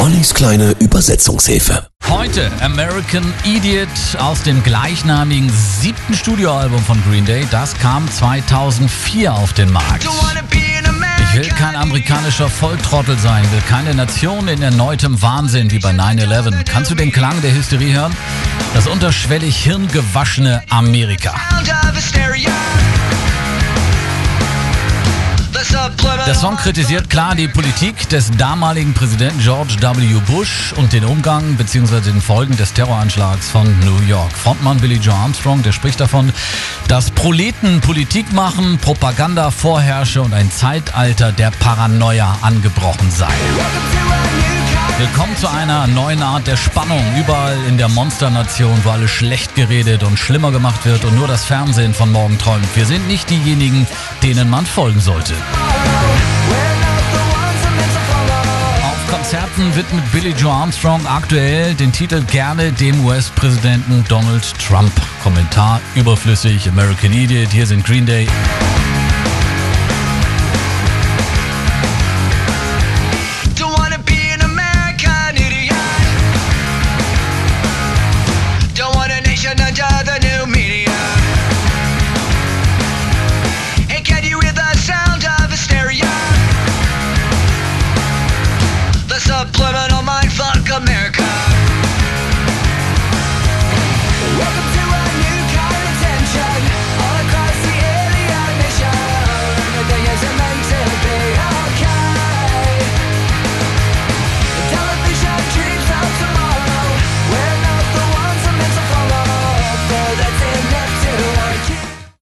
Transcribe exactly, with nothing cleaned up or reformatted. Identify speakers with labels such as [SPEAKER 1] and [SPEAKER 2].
[SPEAKER 1] Ollis kleine Übersetzungshilfe.
[SPEAKER 2] Heute American Idiot aus dem gleichnamigen siebten Studioalbum von Green Day. Das kam zweitausendvier auf den Markt. Ich will kein amerikanischer Volltrottel sein, will keine Nation in erneutem Wahnsinn wie bei nine eleven. Kannst du den Klang der Hysterie hören? Das unterschwellig hirngewaschene Amerika. Der Song kritisiert klar die Politik des damaligen Präsidenten George W. Bush und den Umgang bzw. den Folgen des Terroranschlags von New York. Frontmann Billy Joe Armstrong, der spricht davon, dass Proleten Politik machen, Propaganda vorherrsche und ein Zeitalter der Paranoia angebrochen sei. Willkommen zu einer neuen Art der Spannung. Überall in der Monsternation, wo alles schlecht geredet und schlimmer gemacht wird und nur das Fernsehen von morgen träumt. Wir sind nicht diejenigen, denen man folgen sollte. Auf Konzerten widmet Billy Joe Armstrong aktuell den Titel gerne dem U S-Präsidenten Donald Trump. Kommentar überflüssig, American Idiot, hier sind Green Day.